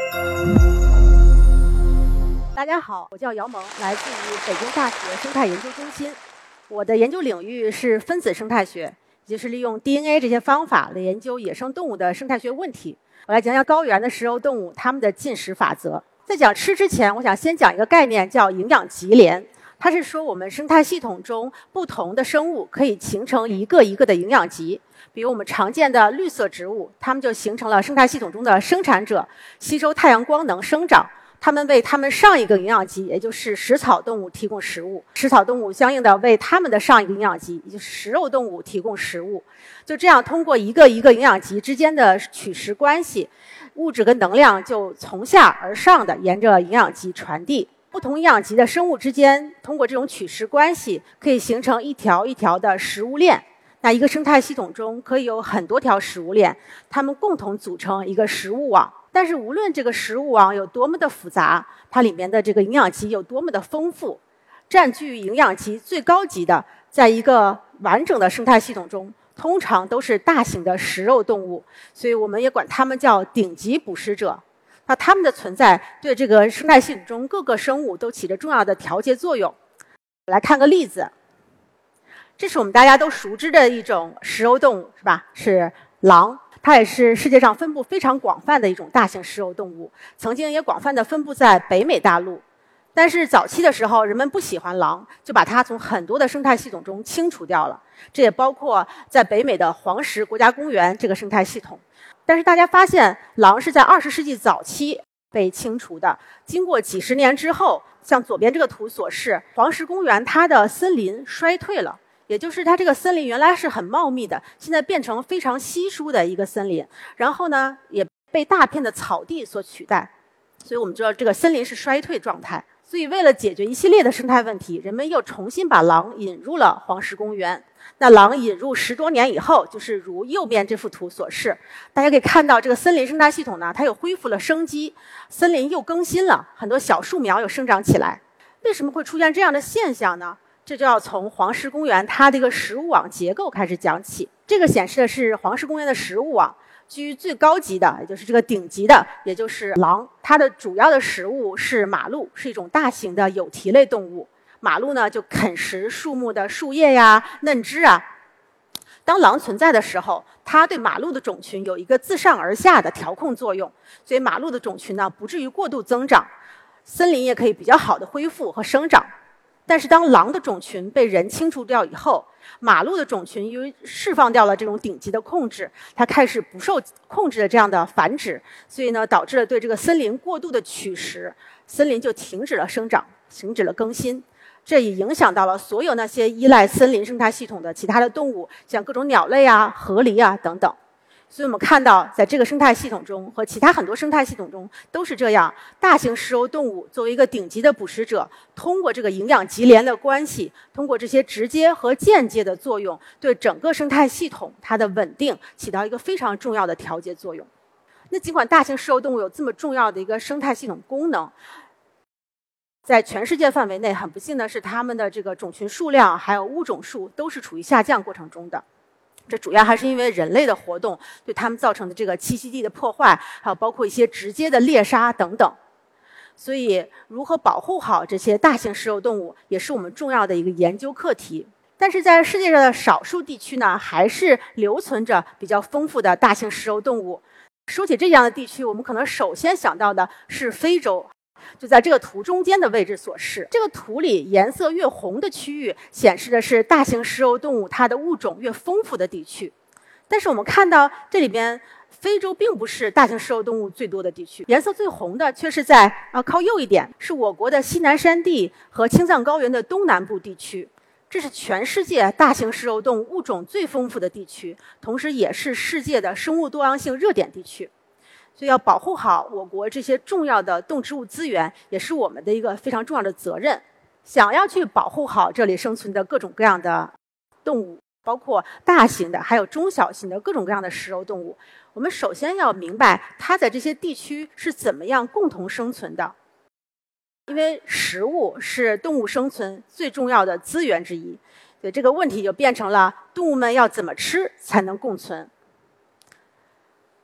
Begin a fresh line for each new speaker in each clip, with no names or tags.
大家好，我叫姚萌，来自于北京大学生态研究中心。我的研究领域是分子生态学，也就是利用 DNA 这些方法来研究野生动物的生态学问题。我来讲讲高原的食肉动物它们的进食法则。在讲吃之前，我想先讲一个概念，叫营养级联。它是说我们生态系统中不同的生物可以形成一个一个的营养级。比如我们常见的绿色植物，它们就形成了生态系统中的生产者，吸收太阳光能生长。它们为它们上一个营养级，也就是食草动物提供食物，食草动物相应的为它们的上一个营养级，也就是食肉动物提供食物。就这样，通过一个一个营养级之间的取食关系，物质跟能量就从下而上的沿着营养级传递。不同营养级的生物之间，通过这种取食关系，可以形成一条一条的食物链。那一个生态系统中可以有很多条食物链，它们共同组成一个食物网。但是无论这个食物网有多么的复杂，它里面的这个营养级有多么的丰富，占据营养级最高级的，在一个完整的生态系统中，通常都是大型的食肉动物，所以我们也管它们叫顶级捕食者。那它们的存在对这个生态系统中各个生物都起着重要的调节作用。来看个例子，这是我们大家都熟知的一种食肉动物，是吧？是狼。它也是世界上分布非常广泛的一种大型食肉动物，曾经也广泛的分布在北美大陆。但是早期的时候，人们不喜欢狼，就把它从很多的生态系统中清除掉了。这也包括在北美的黄石国家公园这个生态系统。但是大家发现，狼是在20世纪早期被清除的。经过几十年之后，像左边这个图所示，黄石公园它的森林衰退了。也就是它这个森林原来是很茂密的，现在变成非常稀疏的一个森林，然后呢也被大片的草地所取代，所以我们知道这个森林是衰退状态。所以为了解决一系列的生态问题，人们又重新把狼引入了黄石公园。那狼引入10多年以后，就是如右边这幅图所示，大家可以看到这个森林生态系统呢，它又恢复了生机，森林又更新了，很多小树苗又生长起来。为什么会出现这样的现象呢？这就要从黄石公园它的一个食物网结构开始讲起。这个显示的是黄石公园的食物网，居最高级的，也就是这个顶级的，也就是狼。它的主要的食物是马鹿，是一种大型的有蹄类动物。马鹿呢就啃食树木的树叶呀、嫩枝啊。当狼存在的时候，它对马鹿的种群有一个自上而下的调控作用，所以马鹿的种群呢不至于过度增长，森林也可以比较好的恢复和生长。但是当狼的种群被人清除掉以后，马鹿的种群由于释放掉了这种顶级的控制，它开始不受控制的这样的繁殖，所以呢导致了对这个森林过度的取食，森林就停止了生长，停止了更新。这也影响到了所有那些依赖森林生态系统的其他的动物，像各种鸟类啊、河狸啊等等。所以我们看到，在这个生态系统中和其他很多生态系统中都是这样，大型食肉动物作为一个顶级的捕食者，通过这个营养级联的关系，通过这些直接和间接的作用，对整个生态系统它的稳定起到一个非常重要的调节作用。那尽管大型食肉动物有这么重要的一个生态系统功能，在全世界范围内，很不幸的是，它们的这个种群数量还有物种数都是处于下降过程中的。这主要还是因为人类的活动对它们造成的这个栖息地的破坏，还有包括一些直接的猎杀等等。所以，如何保护好这些大型食肉动物，也是我们重要的一个研究课题。但是在世界上的少数地区呢，还是留存着比较丰富的大型食肉动物。说起这样的地区，我们可能首先想到的是非洲。就在这个图中间的位置所示，这个图里颜色越红的区域显示的是大型食肉动物它的物种越丰富的地区。但是我们看到这里边，非洲并不是大型食肉动物最多的地区，颜色最红的却是在靠右一点，是我国的西南山地和青藏高原的东南部地区。这是全世界大型食肉动物物种最丰富的地区，同时也是世界的生物多样性热点地区。所以要保护好我国这些重要的动植物资源，也是我们的一个非常重要的责任。想要去保护好这里生存的各种各样的动物，包括大型的还有中小型的各种各样的食肉动物，我们首先要明白它在这些地区是怎么样共同生存的。因为食物是动物生存最重要的资源之一，所以这个问题就变成了动物们要怎么吃才能共存。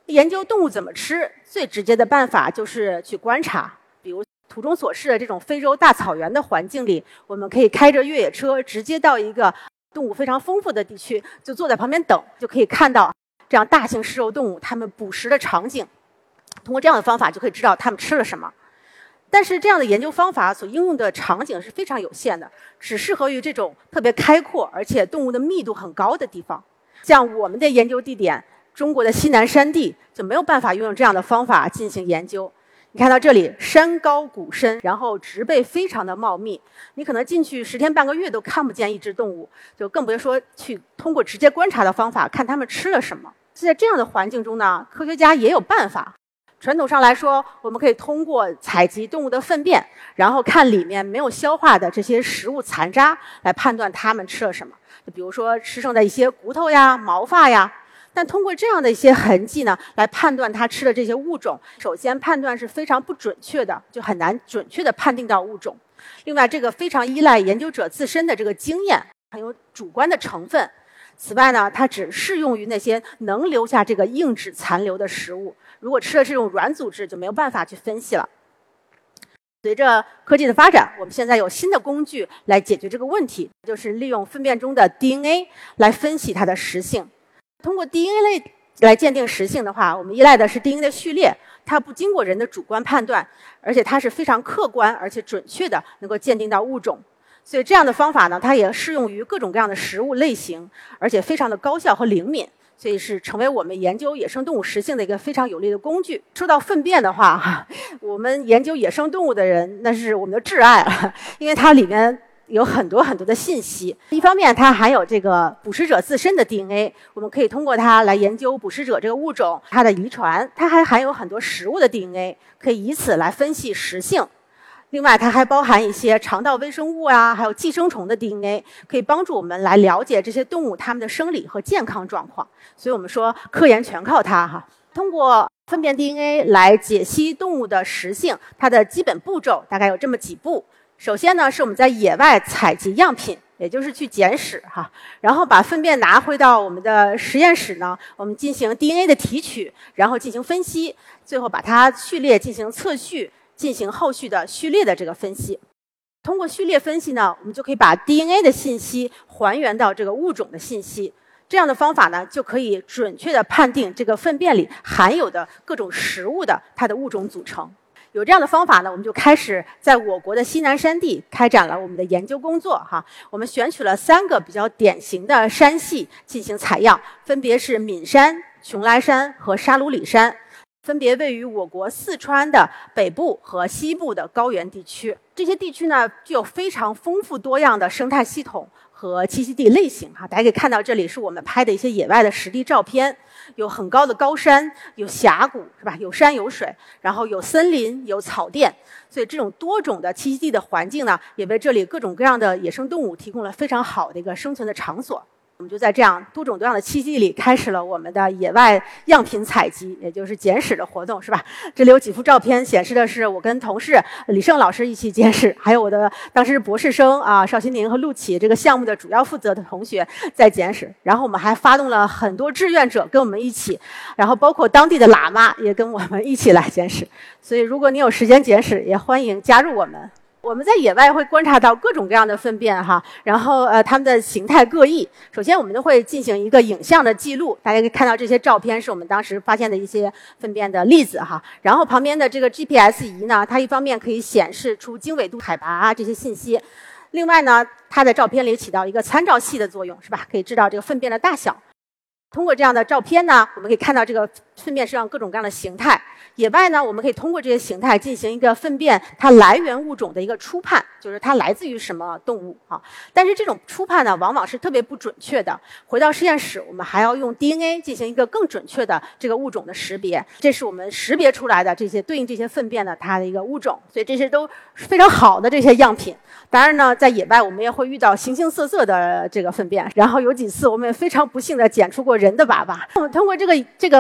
研究动物怎么吃，最直接的办法就是去观察。比如图中所示的这种非洲大草原的环境里，我们可以开着越野车直接到一个动物非常丰富的地区，就坐在旁边等，就可以看到这样大型食肉动物它们捕食的场景。通过这样的方法就可以知道它们吃了什么。但是这样的研究方法所应用的场景是非常有限的，只适合于这种特别开阔而且动物的密度很高的地方。像我们的研究地点中国的西南山地就没有办法用这样的方法进行研究。你看到这里山高谷深，然后植被非常的茂密，你可能进去10天半个月都看不见一只动物，就更别说去通过直接观察的方法看它们吃了什么。在这样的环境中呢，科学家也有办法。传统上来说，我们可以通过采集动物的粪便，然后看里面没有消化的这些食物残渣，来判断它们吃了什么。就比如说吃剩的一些骨头呀、毛发呀。但通过这样的一些痕迹呢，来判断它吃的这些物种，首先判断是非常不准确的，就很难准确的判定到物种。另外，这个非常依赖研究者自身的这个经验，很有主观的成分。此外呢，它只适用于那些能留下这个硬质残留的食物。如果吃的是这种软组织，就没有办法去分析了。随着科技的发展，我们现在有新的工具来解决这个问题，就是利用粪便中的 DNA 来分析它的食性。通过 DNA 来鉴定食性的话，我们依赖的是 DNA 的序列，它不经过人的主观判断，而且它是非常客观而且准确的能够鉴定到物种。所以这样的方法呢，它也适用于各种各样的食物类型，而且非常的高效和灵敏，所以是成为我们研究野生动物食性的一个非常有力的工具。说到粪便的话，我们研究野生动物的人那是我们的挚爱了，因为它里面有很多很多的信息。一方面，它含有这个捕食者自身的 DNA， 我们可以通过它来研究捕食者这个物种它的遗传。它还含有很多食物的 DNA， 可以以此来分析食性。另外，它还包含一些肠道微生物啊，还有寄生虫的 DNA， 可以帮助我们来了解这些动物它们的生理和健康状况。所以我们说，科研全靠它哈。通过粪便 DNA 来解析动物的食性，它的基本步骤大概有这么几步。首先呢，是我们在野外采集样品，也就是去捡屎哈，然后把粪便拿回到我们的实验室呢，我们进行 DNA 的提取，然后进行分析，最后把它序列进行测序，进行后续的序列的这个分析。通过序列分析呢，我们就可以把 DNA 的信息还原到这个物种的信息。这样的方法呢，就可以准确地判定这个粪便里含有的各种食物的它的物种组成。有这样的方法呢，我们就开始在我国的西南山地开展了我们的研究工作哈。我们选取了3个比较典型的山系进行采样，分别是岷山、邛崃山和沙鲁里山，分别位于我国四川的北部和西部的高原地区。这些地区呢，具有非常丰富多样的生态系统和栖息地类型哈。大家可以看到，这里是我们拍的一些野外的实地照片，有很高的高山，有峡谷是吧？有山有水，然后有森林，有草甸。所以这种多种的栖息地的环境呢，也为这里各种各样的野生动物提供了非常好的一个生存的场所。我们就在这样多种多样的栖息地里开始了我们的野外样品采集，也就是捡屎的活动，是吧？这里有几幅照片，显示的是我跟同事李胜老师一起捡屎，还有我的当时博士生啊邵新宁和陆启这个项目的主要负责的同学在捡屎。然后我们还发动了很多志愿者跟我们一起，然后包括当地的喇嘛也跟我们一起来捡屎。所以如果你有时间捡屎，也欢迎加入我们。我们在野外会观察到各种各样的粪便哈，然后它们的形态各异。首先我们都会进行一个影像的记录，大家可以看到这些照片是我们当时发现的一些粪便的例子哈。然后旁边的这个 GPS 仪呢，它一方面可以显示出经纬度、海拔啊这些信息，另外呢，它在照片里起到一个参照系的作用，是吧？可以知道这个粪便的大小。通过这样的照片呢，我们可以看到这个粪便身上各种各样的形态。野外呢，我们可以通过这些形态进行一个粪便它来源物种的一个初判，就是它来自于什么动物啊。但是这种初判呢，往往是特别不准确的。回到实验室，我们还要用 DNA 进行一个更准确的这个物种的识别。这是我们识别出来的这些对应这些粪便的它的一个物种，所以这些都非常好的这些样品。当然呢，在野外我们也会遇到形形色色的这个粪便，然后有几次我们也非常不幸的捡出过人的粑粑。我们通过这个分析呢。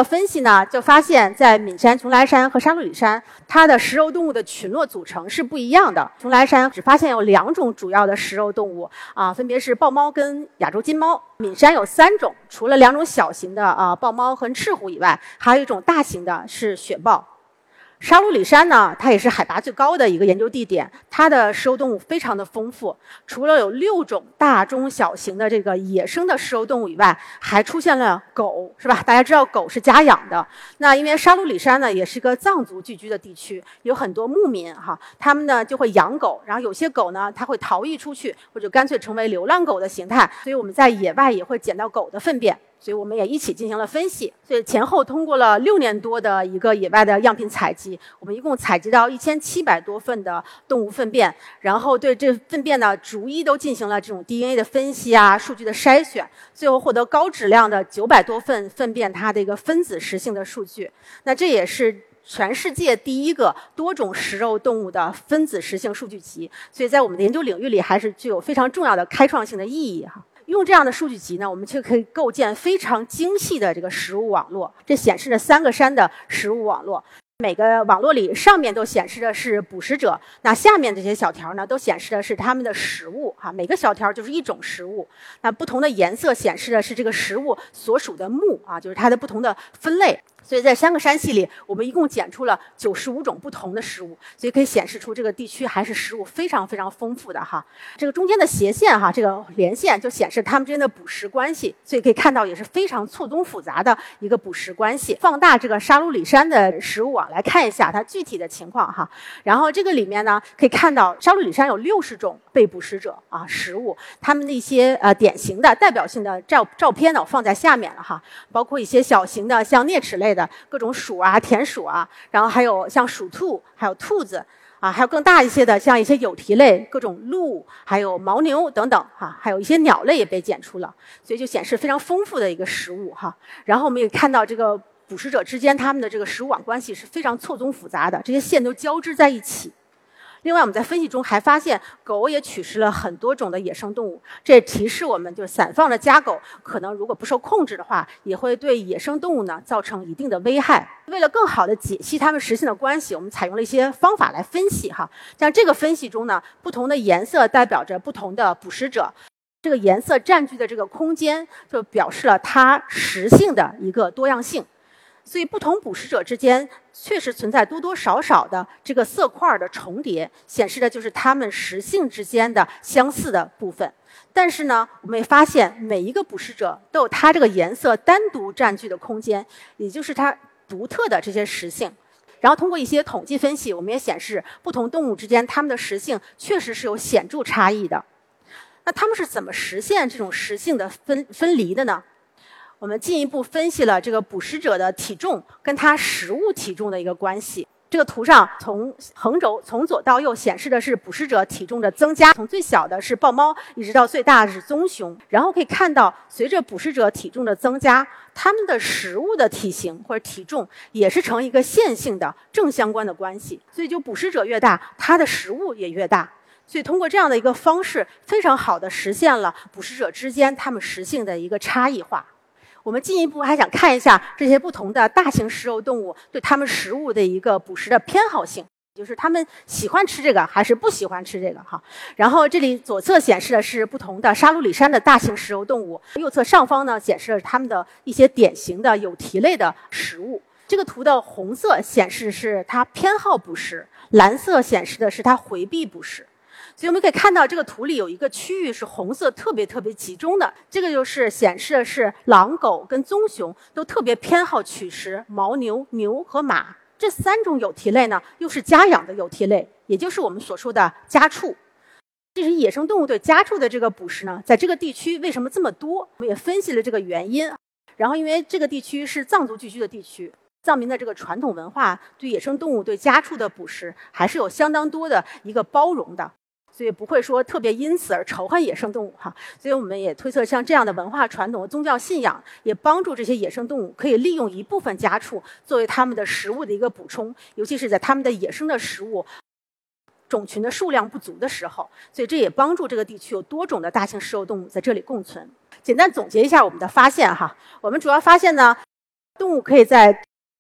呢，就发现，在岷山、邛崃山和沙鹿里山，它的食肉动物的群落组成是不一样的。邛崃山只发现有2种主要的食肉动物分别是豹猫跟亚洲金猫。岷山有3种，除了2种小型的豹猫和赤虎以外，还有一种大型的是雪豹。沙鹿里山呢，它也是海拔最高的一个研究地点，它的食肉动物非常的丰富，除了有6种大中小型的这个野生的食肉动物以外，还出现了狗，是吧？大家知道狗是家养的。那因为沙鹿里山呢，也是个藏族聚居的地区，有很多牧民他们呢就会养狗，然后有些狗呢，它会逃逸出去，或者干脆成为流浪狗的形态，所以我们在野外也会捡到狗的粪便。所以我们也一起进行了分析，所以前后通过了6年多的一个野外的样品采集，我们一共采集到1700多份的动物粪便，然后对这粪便呢逐一都进行了这种 DNA 的分析数据的筛选，最后获得高质量的900多份粪便它的一个分子食性的数据。那这也是全世界第一个多种食肉动物的分子食性数据集，所以在我们的研究领域里还是具有非常重要的开创性的意义用这样的数据集呢，我们就可以构建非常精细的这个食物网络。这显示着3个山的食物网络，每个网络里上面都显示的是捕食者，那下面这些小条呢，都显示的是它们的食物每个小条就是一种食物。那不同的颜色显示的是这个食物所属的目就是它的不同的分类。所以在3个山系里，我们一共检出了95种不同的食物，所以可以显示出这个地区还是食物非常非常丰富的这个中间的斜线这个连线就显示它们之间的捕食关系，所以可以看到也是非常错综复杂的一个捕食关系。放大这个沙鹿里山的食物网来看一下它具体的情况然后这个里面呢，可以看到沙鹿里山有60种被捕食者食物，它们的一些典型的代表性的照片呢，我放在下面了包括一些小型的像啮齿类的各种鼠田鼠然后还有像鼠兔，还有兔子还有更大一些的像一些有蹄类，各种鹿，还有牦牛等等还有一些鸟类也被检出了，所以就显示非常丰富的一个食物然后我们也看到这个捕食者之间它们的这个食物网关系是非常错综复杂的，这些线都交织在一起。另外我们在分析中还发现，狗也取食了很多种的野生动物，这也提示我们，就是散放的家狗可能如果不受控制的话，也会对野生动物呢造成一定的危害。为了更好的解析它们食性的关系，我们采用了一些方法来分析像这个分析中呢，不同的颜色代表着不同的捕食者，这个颜色占据的这个空间就表示了它食性的一个多样性。所以不同捕食者之间确实存在多多少少的这个色块的重叠，显示的就是它们食性之间的相似的部分。但是呢，我们也发现每一个捕食者都有它这个颜色单独占据的空间，也就是它独特的这些食性。然后通过一些统计分析，我们也显示不同动物之间它们的食性确实是有显著差异的。那它们是怎么实现这种食性的分离的呢？我们进一步分析了这个捕食者的体重跟它食物体重的一个关系。这个图上从横轴从左到右显示的是捕食者体重的增加，从最小的是豹猫，一直到最大的是棕熊。然后可以看到，随着捕食者体重的增加，它们的食物的体型或者体重也是成一个线性的正相关的关系。所以就捕食者越大，它的食物也越大。所以通过这样的一个方式，非常好的实现了捕食者之间它们食性的一个差异化。我们进一步还想看一下这些不同的大型食肉动物对它们食物的一个捕食的偏好性，就是它们喜欢吃这个还是不喜欢吃这个然后这里左侧显示的是不同的沙鹿里山的大型食肉动物，右侧上方呢显示了它们的一些典型的有蹄类的食物。这个图的红色显示是它偏好捕食，蓝色显示的是它回避捕食。所以我们可以看到这个图里有一个区域是红色特别集中的，这个就是显示的是狼狗跟棕熊都特别偏好取食牦牛、牛和马。这3种有蹄类呢又是家养的有蹄类，也就是我们所说的家畜。这是野生动物对家畜的这个捕食呢，在这个地区为什么这么多？我们也分析了这个原因。然后因为这个地区是藏族聚居的地区，藏民的这个传统文化对野生动物对家畜的捕食还是有相当多的一个包容的，所以不会说特别因此而仇恨野生动物所以我们也推测，像这样的文化传统和宗教信仰也帮助这些野生动物可以利用一部分家畜作为它们的食物的一个补充，尤其是在它们的野生的食物种群的数量不足的时候，所以这也帮助这个地区有多种的大型食肉动物在这里共存。简单总结一下我们的发现我们主要发现呢，动物可以在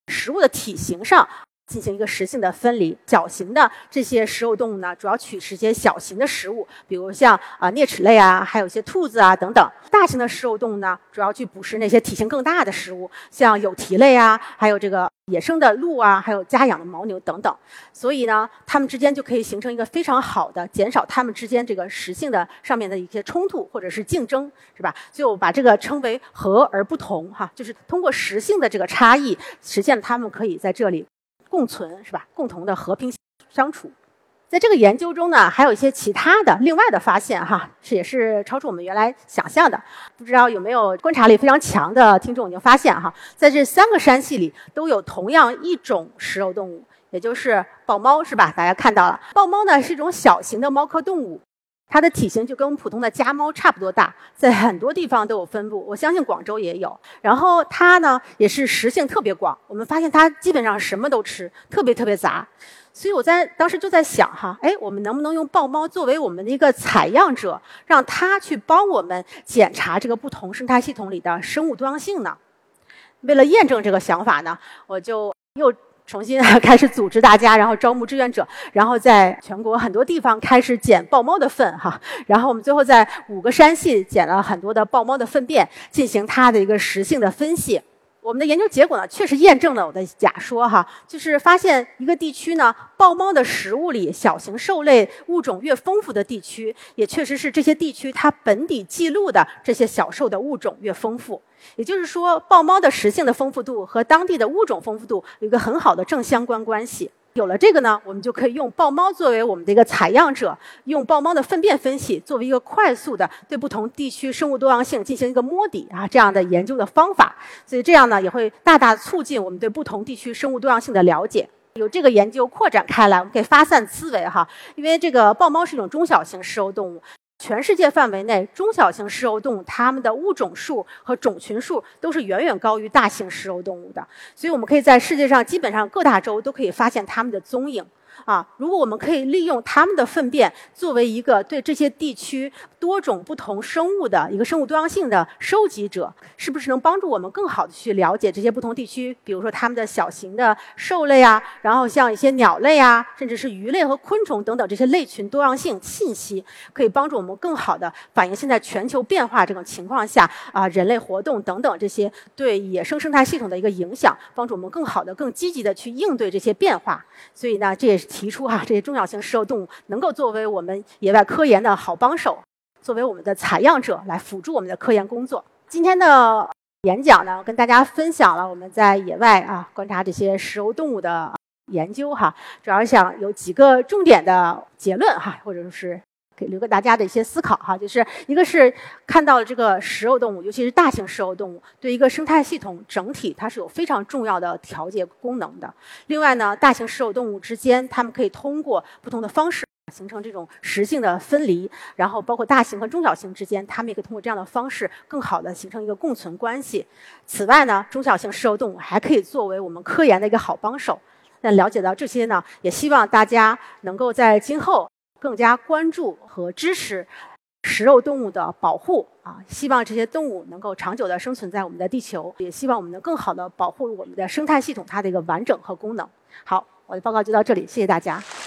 食物的体型上进行一个食性的分离。小型的这些食肉动物呢，主要取食一些小型的食物，比如像啮齿类啊，还有一些兔子啊等等。大型的食肉动物呢，主要去捕食那些体型更大的食物，像有蹄类啊，还有这个野生的鹿啊，还有家养的牦牛等等。所以呢，它们之间就可以形成一个非常好的减少它们之间这个食性的上面的一些冲突或者是竞争，是吧？所以我把这个称为和而不同哈，就是通过食性的这个差异，实现了它们可以在这里共存，是吧？共同的和平相处。在这个研究中呢，还有一些其他的另外的发现哈，也是超出我们原来想象的。不知道有没有观察力非常强的听众已经发现哈，在这3个山系里都有同样一种食肉动物，也就是豹猫，是吧？大家看到了，豹猫呢是一种小型的猫科动物。它的体型就跟我们普通的家猫差不多大，在很多地方都有分布，我相信广州也有。然后它呢也是食性特别广，我们发现它基本上什么都吃，特别杂。所以我当时就在想哈，我们能不能用豹猫作为我们的一个采样者，让它去帮我们检查这个不同生态系统里的生物多样性呢？为了验证这个想法呢，我就又重新开始组织大家，然后招募志愿者，然后在全国很多地方开始捡豹猫的粪哈，然后我们最后在5个山系捡了很多的豹猫的粪便，进行它的一个食性的分析。我们的研究结果呢，确实验证了我的假说哈，就是发现一个地区呢，豹猫的食物里小型兽类物种越丰富的地区，也确实是这些地区它本地记录的这些小兽的物种越丰富。也就是说，豹猫的食性的丰富度和当地的物种丰富度有一个很好的正相关关系。有了这个呢，我们就可以用豹猫作为我们的一个采样者，用豹猫的粪便分析作为一个快速的对不同地区生物多样性进行一个摸底这样的研究的方法。所以这样呢，也会大大促进我们对不同地区生物多样性的了解。有这个研究扩展开来，我们可以发散思维哈，因为这个豹猫是一种中小型食肉动物。全世界范围内，中小型食肉动物它们的物种数和种群数都是远远高于大型食肉动物的，所以我们可以在世界上基本上各大洲都可以发现它们的踪影。如果我们可以利用它们的粪便作为一个对这些地区多种不同生物的一个生物多样性的收集者，是不是能帮助我们更好的去了解这些不同地区，比如说它们的小型的兽类然后像一些鸟类甚至是鱼类和昆虫等等这些类群多样性信息，可以帮助我们更好的反映现在全球变化这种情况下人类活动等等这些对野生生态系统的一个影响，帮助我们更好的、更积极的去应对这些变化。所以呢，这也是提出这些中小型食肉动物能够作为我们野外科研的好帮手，作为我们的采样者来辅助我们的科研工作。今天的演讲呢，跟大家分享了我们在野外观察这些食肉动物的研究主要想有几个重点的结论或者是给留给大家的一些思考就是一个是看到了这个食肉动物，尤其是大型食肉动物对一个生态系统整体它是有非常重要的调节功能的。另外呢，大型食肉动物之间它们可以通过不同的方式形成这种食性的分离，然后包括大型和中小型之间它们也可以通过这样的方式更好的形成一个共存关系。此外呢，中小型食肉动物还可以作为我们科研的一个好帮手。那了解到这些呢，也希望大家能够在今后更加关注和支持食肉动物的保护希望这些动物能够长久地生存在我们的地球，也希望我们能更好地保护我们的生态系统它的一个完整和功能。好，我的报告就到这里，谢谢大家。